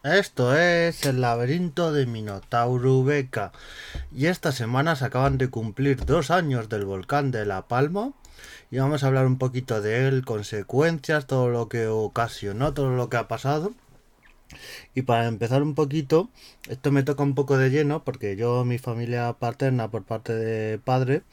Esto es el laberinto de Minotauro Beca. Y esta semana se acaban de cumplir 2 años del volcán de La Palma. Y vamos a hablar un poquito de él, consecuencias, todo lo que ocasionó, todo lo que ha pasado. Y para empezar un poquito, esto me toca un poco de lleno porque yo, mi familia paterna por parte de padre,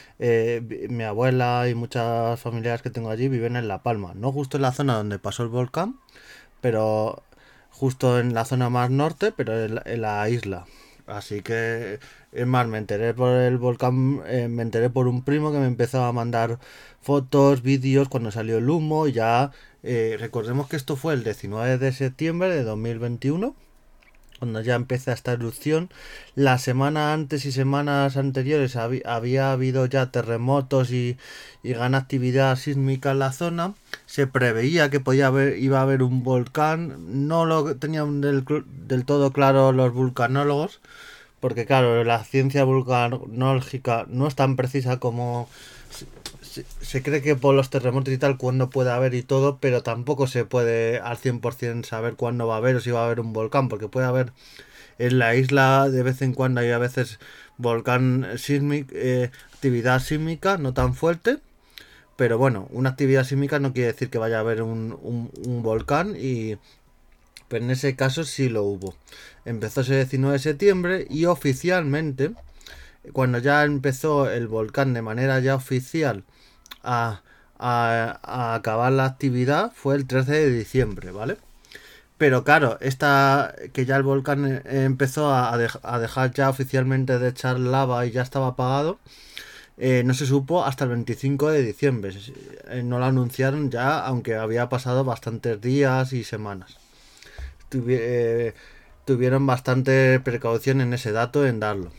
mi abuela y muchas familiares que tengo allí viven en La Palma. No justo en la zona donde pasó el volcán, pero justo en la zona más norte, pero en la isla. Así que, es más, me enteré por el volcán, me enteré por un primo que me empezó a mandar fotos, vídeos cuando salió el humo. Y ya, recordemos que esto fue el 19 de septiembre de 2021 cuando ya empieza esta erupción. La semana antes y semanas anteriores había habido ya terremotos y gran actividad sísmica en la zona. Se preveía que iba a haber un volcán. No lo tenían del todo claro los vulcanólogos, porque claro, la ciencia vulcanológica no es tan precisa como se cree que por los terremotos y tal, cuándo puede haber y todo, pero tampoco se puede al 100% saber cuándo va a haber o si va a haber un volcán, porque puede haber en la isla de vez en cuando, hay a veces volcán sísmico, actividad sísmica no tan fuerte, pero bueno, una actividad sísmica no quiere decir que vaya a haber un volcán, y pero en ese caso sí lo hubo. Empezó ese 19 de septiembre y oficialmente, cuando ya empezó el volcán de manera ya oficial a, a acabar la actividad, fue el 13 de diciembre, ¿vale? Pero claro, esta que ya el volcán empezó a dejar ya oficialmente de echar lava y ya estaba apagado, no se supo hasta el 25 de diciembre. No lo anunciaron ya, aunque había pasado bastantes días y semanas. Tuvi- eh, Tuvieron bastante precaución en ese dato en darlo.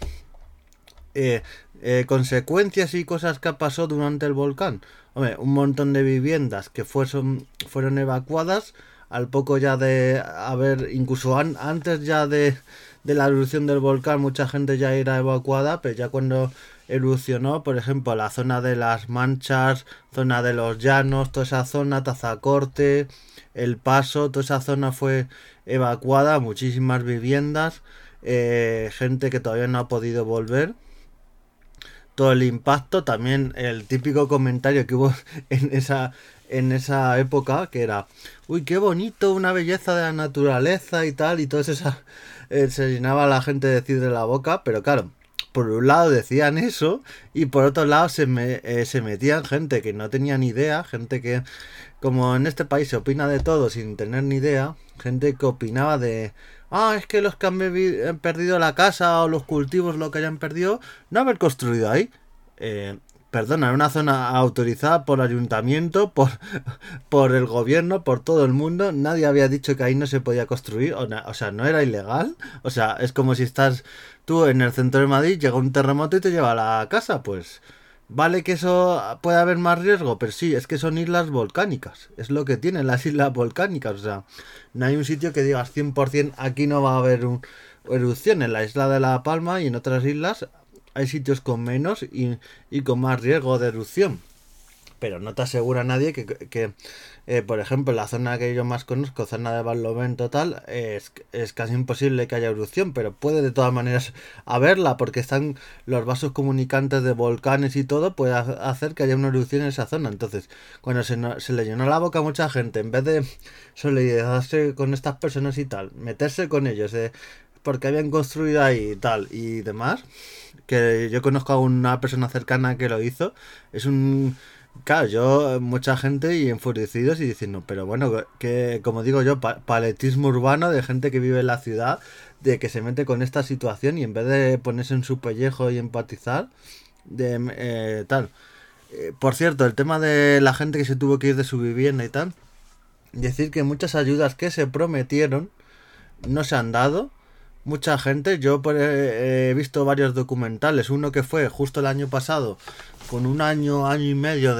eh, Consecuencias y cosas que pasó durante el volcán. Hombre, un montón de viviendas que fueron evacuadas al poco ya de haber, incluso antes ya de la erupción del volcán, mucha gente ya era evacuada, pero ya cuando erupcionó, por ejemplo, la zona de las Manchas, zona de los Llanos, toda esa zona, Tazacorte, El Paso, toda esa zona fue evacuada, muchísimas viviendas, gente que todavía no ha podido volver. Todo el impacto, también el típico comentario que hubo en esa época, que era, uy, qué bonito, una belleza de la naturaleza y tal, y todo eso, se llenaba la gente de decir de la boca, pero claro, por un lado decían eso, y por otro lado se metían gente que no tenía ni idea, gente que, como en este país se opina de todo sin tener ni idea, gente que opinaba de, es que los que han perdido la casa o los cultivos, lo que hayan perdido, no haber construido ahí. Eh, Perdona, en una zona autorizada por ayuntamiento, por el gobierno, por todo el mundo, nadie había dicho que ahí no se podía construir, o sea, no era ilegal. O sea, es como si estás tú en el centro de Madrid, llega un terremoto y te lleva a la casa, pues vale que eso puede haber más riesgo, pero sí, es que son islas volcánicas, es lo que tienen las islas volcánicas. O sea, no hay un sitio que digas 100% aquí no va a haber erupción. En la isla de La Palma y en otras islas hay sitios con menos y con más riesgo de erupción, pero no te asegura nadie que, por ejemplo, la zona que yo más conozco, zona de Barlovento total, es casi imposible que haya erupción, pero puede de todas maneras haberla, porque están los vasos comunicantes de volcanes y todo, puede hacer que haya una erupción en esa zona. Entonces, cuando se le llenó la boca a mucha gente, en vez de solidarizarse con estas personas y tal, meterse con ellos, porque habían construido ahí y tal y demás, que yo conozco a una persona cercana que lo hizo, es un... Claro, yo, mucha gente y enfurecidos y diciendo, pero bueno, que como digo yo, paletismo urbano de gente que vive en la ciudad, de que se mete con esta situación y en vez de ponerse en su pellejo y empatizar, tal. Por cierto, el tema de la gente que se tuvo que ir de su vivienda y tal, decir que muchas ayudas que se prometieron no se han dado. Mucha gente, yo he visto varios documentales, uno que fue justo el año pasado, con un año y medio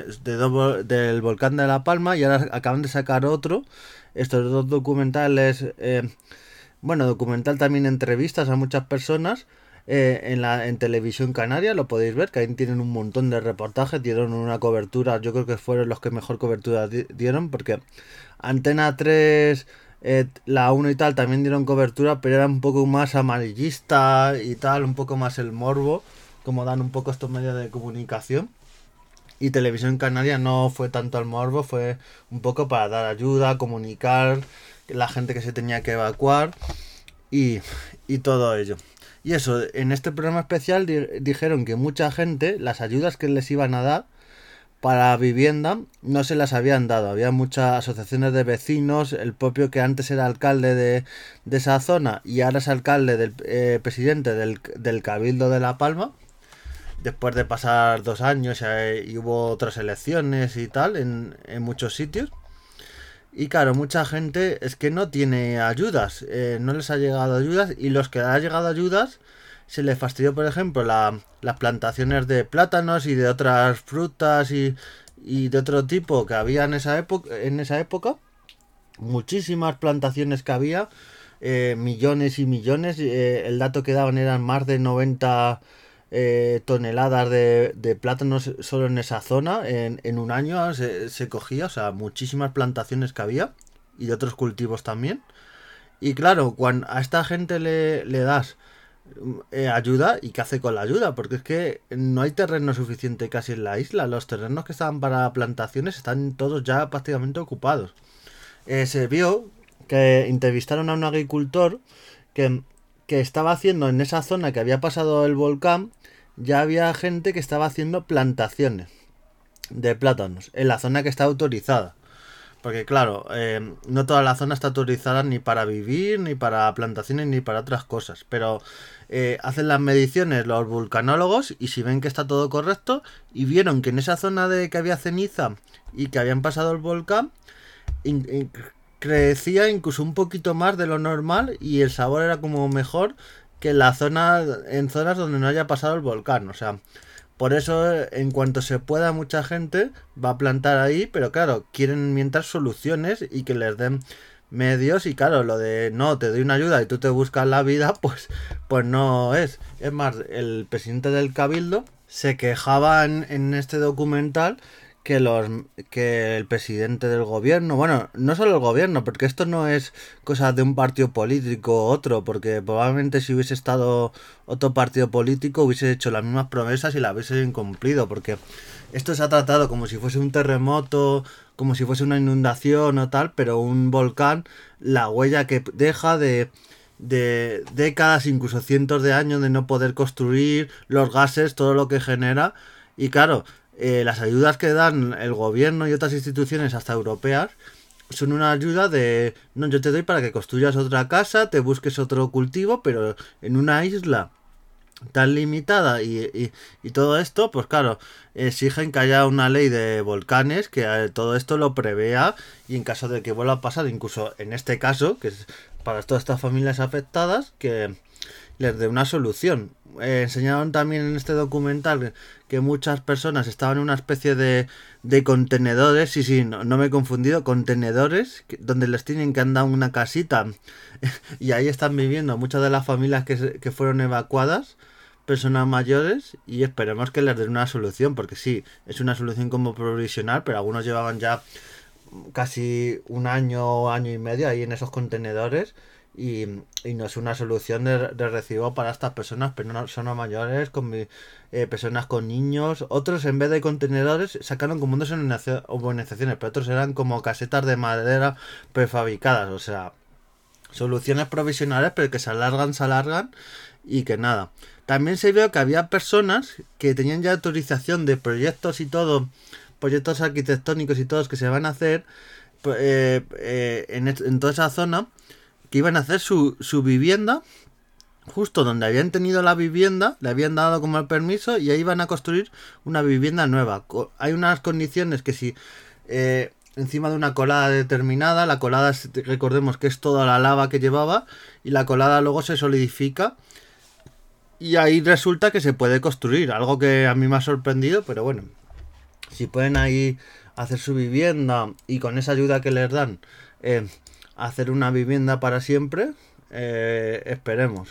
del volcán de La Palma, y ahora acaban de sacar otro. Estos dos documentales, bueno, documental también entrevistas a muchas personas en televisión canaria, lo podéis ver, que ahí tienen un montón de reportajes, dieron una cobertura, yo creo que fueron los que mejor cobertura dieron, porque Antena 3 La 1 y tal también dieron cobertura, pero era un poco más amarillista y tal, un poco más el morbo, como dan un poco estos medios de comunicación. Y Televisión Canaria no fue tanto al morbo, fue un poco para dar ayuda, comunicar la gente que se tenía que evacuar y, y todo ello. Y eso, en este programa especial dijeron que mucha gente, las ayudas que les iban a dar para vivienda no se las habían dado. Había muchas asociaciones de vecinos, el propio que antes era alcalde de esa zona y ahora es alcalde del presidente del Cabildo de La Palma, después de pasar 2 años y hubo otras elecciones y tal en muchos sitios. Y claro, mucha gente es que no tiene ayudas, no les ha llegado ayudas y los que ha llegado ayudas se les fastidió, por ejemplo, las plantaciones de plátanos y de otras frutas y de otro tipo que había en esa época. Muchísimas plantaciones que había, millones y millones. El dato que daban eran más de 90 toneladas de plátanos solo en esa zona. En un año se cogía, o sea, muchísimas plantaciones que había y de otros cultivos también. Y claro, cuando a esta gente le das ayuda, ¿y qué hace con la ayuda? Porque es que no hay terreno suficiente casi en la isla. Los terrenos que estaban para plantaciones están todos ya prácticamente ocupados. Se vio que entrevistaron a un agricultor que, que estaba haciendo en esa zona que había pasado el volcán, ya había gente que estaba haciendo plantaciones de plátanos en la zona que está autorizada. Porque claro, no toda la zona está autorizada ni para vivir, ni para plantaciones, ni para otras cosas. Pero hacen las mediciones los vulcanólogos y si ven que está todo correcto y vieron que en esa zona de que había ceniza y que habían pasado el volcán, crecía incluso un poquito más de lo normal y el sabor era como mejor que en zonas donde no haya pasado el volcán. O sea, por eso en cuanto se pueda mucha gente va a plantar ahí, pero claro, quieren mientras soluciones y que les den medios y claro, lo de no, te doy una ayuda y tú te buscas la vida, pues no es. Es más, el presidente del Cabildo se quejaba en este documental que el presidente del gobierno, bueno, no solo el gobierno, porque esto no es cosa de un partido político u otro, porque probablemente si hubiese estado otro partido político hubiese hecho las mismas promesas y las hubiese incumplido, porque esto se ha tratado como si fuese un terremoto, como si fuese una inundación o tal, pero un volcán, la huella que deja de décadas, incluso cientos de años de no poder construir, los gases, todo lo que genera, y claro, las ayudas que dan el gobierno y otras instituciones hasta europeas son una ayuda de no, yo te doy para que construyas otra casa, te busques otro cultivo, pero en una isla tan limitada y todo esto, pues claro, exigen que haya una ley de volcanes que todo esto lo prevea y en caso de que vuelva a pasar, incluso en este caso, que es para todas estas familias afectadas, que les dé una solución. Enseñaron también en este documental que muchas personas estaban en una especie de contenedores, sí, no me he confundido, contenedores donde les tienen que andar una casita y ahí están viviendo muchas de las familias que fueron evacuadas, personas mayores, y esperemos que les den una solución, porque sí, es una solución como provisional, pero algunos llevaban ya casi un año, año y medio ahí en esos contenedores y no es una solución de recibo para estas personas, personas mayores, personas con niños. Otros en vez de contenedores sacaron como dos urbanizaciones, pero otros eran como casetas de madera prefabricadas, o sea, soluciones provisionales pero que se alargan y que nada. También se vio que había personas que tenían ya autorización de proyectos y todo, proyectos arquitectónicos y todos que se van a hacer en toda esa zona, que iban a hacer su vivienda justo donde habían tenido la vivienda, le habían dado como el permiso y ahí iban a construir una vivienda nueva. Hay unas condiciones que si encima de una colada determinada, la colada recordemos que es toda la lava que llevaba y la colada luego se solidifica y ahí resulta que se puede construir, algo que a mí me ha sorprendido, pero bueno, si pueden ahí hacer su vivienda y con esa ayuda que les dan hacer una vivienda para siempre, esperemos.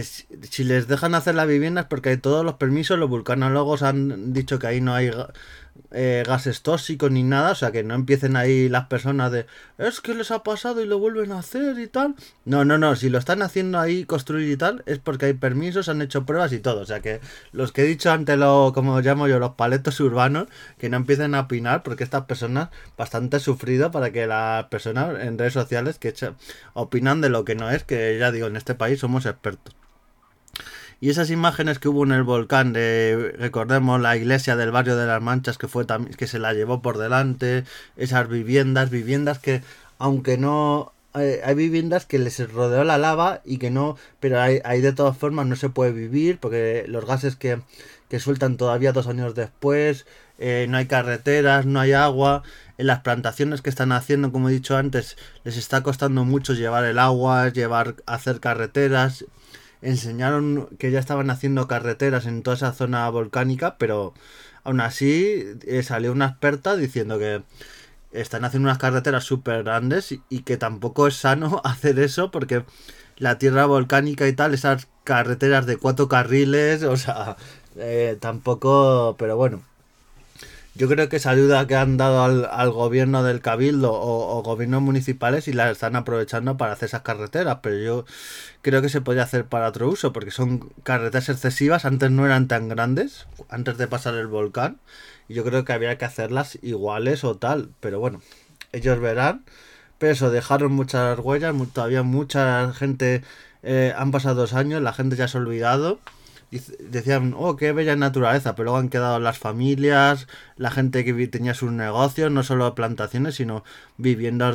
Si les dejan hacer la vivienda es porque todos los permisos, los vulcanólogos han dicho que ahí no hay gases tóxicos ni nada, o sea, que no empiecen ahí las personas de es que les ha pasado y lo vuelven a hacer y tal. No, no, no, si lo están haciendo ahí construir y tal es porque hay permisos, han hecho pruebas y todo, o sea que los que he dicho antes, como llamo yo, los paletos urbanos, que no empiecen a opinar porque estas personas bastante sufrido para que las personas en redes sociales opinan de lo que no es, que ya digo, en este país somos expertos. Y esas imágenes que hubo en el volcán de, recordemos, la iglesia del barrio de las Manchas que fue que se la llevó por delante, esas viviendas que, aunque no, hay viviendas que les rodeó la lava y que no, pero hay de todas formas no se puede vivir porque los gases que sueltan todavía 2 años después, no hay carreteras, no hay agua, en las plantaciones que están haciendo, como he dicho antes, les está costando mucho llevar el agua, hacer carreteras. Enseñaron que ya estaban haciendo carreteras en toda esa zona volcánica, pero aún así salió una experta diciendo que están haciendo unas carreteras súper grandes y que tampoco es sano hacer eso porque la tierra volcánica y tal, esas carreteras de 4 carriles, o sea, tampoco, pero bueno. Yo creo que esa ayuda que han dado al gobierno del Cabildo o gobiernos municipales y la están aprovechando para hacer esas carreteras, pero yo creo que se podría hacer para otro uso, porque son carreteras excesivas, antes no eran tan grandes, antes de pasar el volcán, y yo creo que habría que hacerlas iguales o tal, pero bueno, ellos verán. Pero eso, dejaron muchas huellas, todavía mucha gente, han pasado 2 años, la gente ya se ha olvidado. Decían, oh, qué bella naturaleza, pero luego han quedado las familias, la gente que tenía sus negocios, no solo plantaciones, sino viviendas,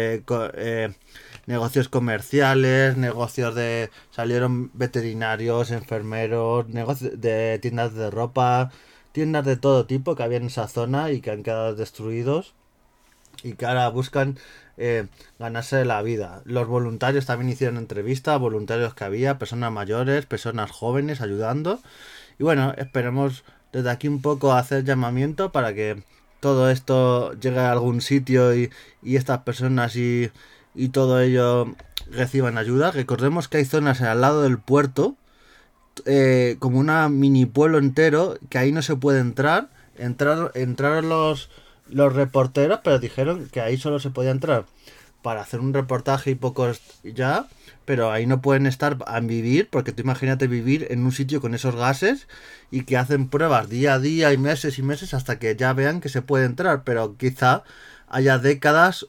negocios comerciales, negocios de... Salieron veterinarios, enfermeros, negocios de tiendas de ropa, tiendas de todo tipo que había en esa zona y que han quedado destruidos y que ahora buscan ganarse la vida. Los voluntarios también hicieron entrevistas, voluntarios que había, personas mayores, personas jóvenes ayudando. Y bueno, esperemos desde aquí un poco hacer llamamiento para que todo esto llegue a algún sitio y estas personas y todo ello reciban ayuda. Recordemos que hay zonas al lado del puerto, como una mini pueblo entero, que ahí no se puede entrar. Entraron los reporteros, pero dijeron que ahí solo se podía entrar para hacer un reportaje y pocos ya, pero ahí no pueden estar a vivir, porque tú imagínate vivir en un sitio con esos gases y que hacen pruebas día a día y meses hasta que ya vean que se puede entrar, pero quizá haya décadas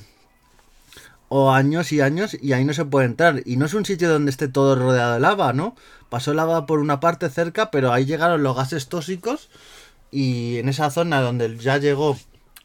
o años y años y ahí no se puede entrar. Y no es un sitio donde esté todo rodeado de lava, ¿no? Pasó lava por una parte cerca, pero ahí llegaron los gases tóxicos y en esa zona donde ya llegó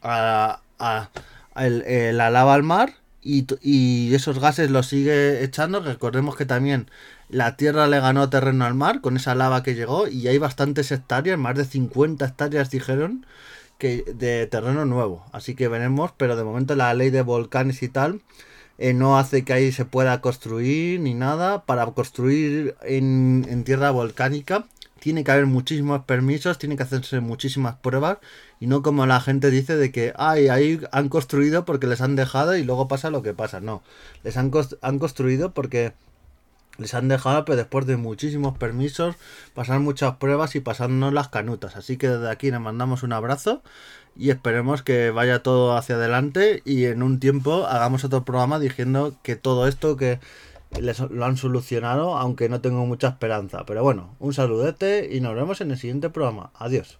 la lava al mar y esos gases los sigue echando. Recordemos que también la tierra le ganó terreno al mar con esa lava que llegó y hay bastantes hectáreas, más de 50 hectáreas dijeron, que de terreno nuevo. Así que veremos, pero de momento la ley de volcanes y tal no hace que ahí se pueda construir ni nada. Para construir en tierra volcánica tiene que haber muchísimos permisos, tiene que hacerse muchísimas pruebas y no como la gente dice de que ahí han construido porque les han dejado y luego pasa lo que pasa. No, han construido porque les han dejado, pero después de muchísimos permisos, pasar muchas pruebas y pasarnos las canutas. Así que desde aquí les mandamos un abrazo y esperemos que vaya todo hacia adelante y en un tiempo hagamos otro programa diciendo que todo esto que lo han solucionado, aunque no tengo mucha esperanza. Pero bueno, un saludete y nos vemos en el siguiente programa. Adiós.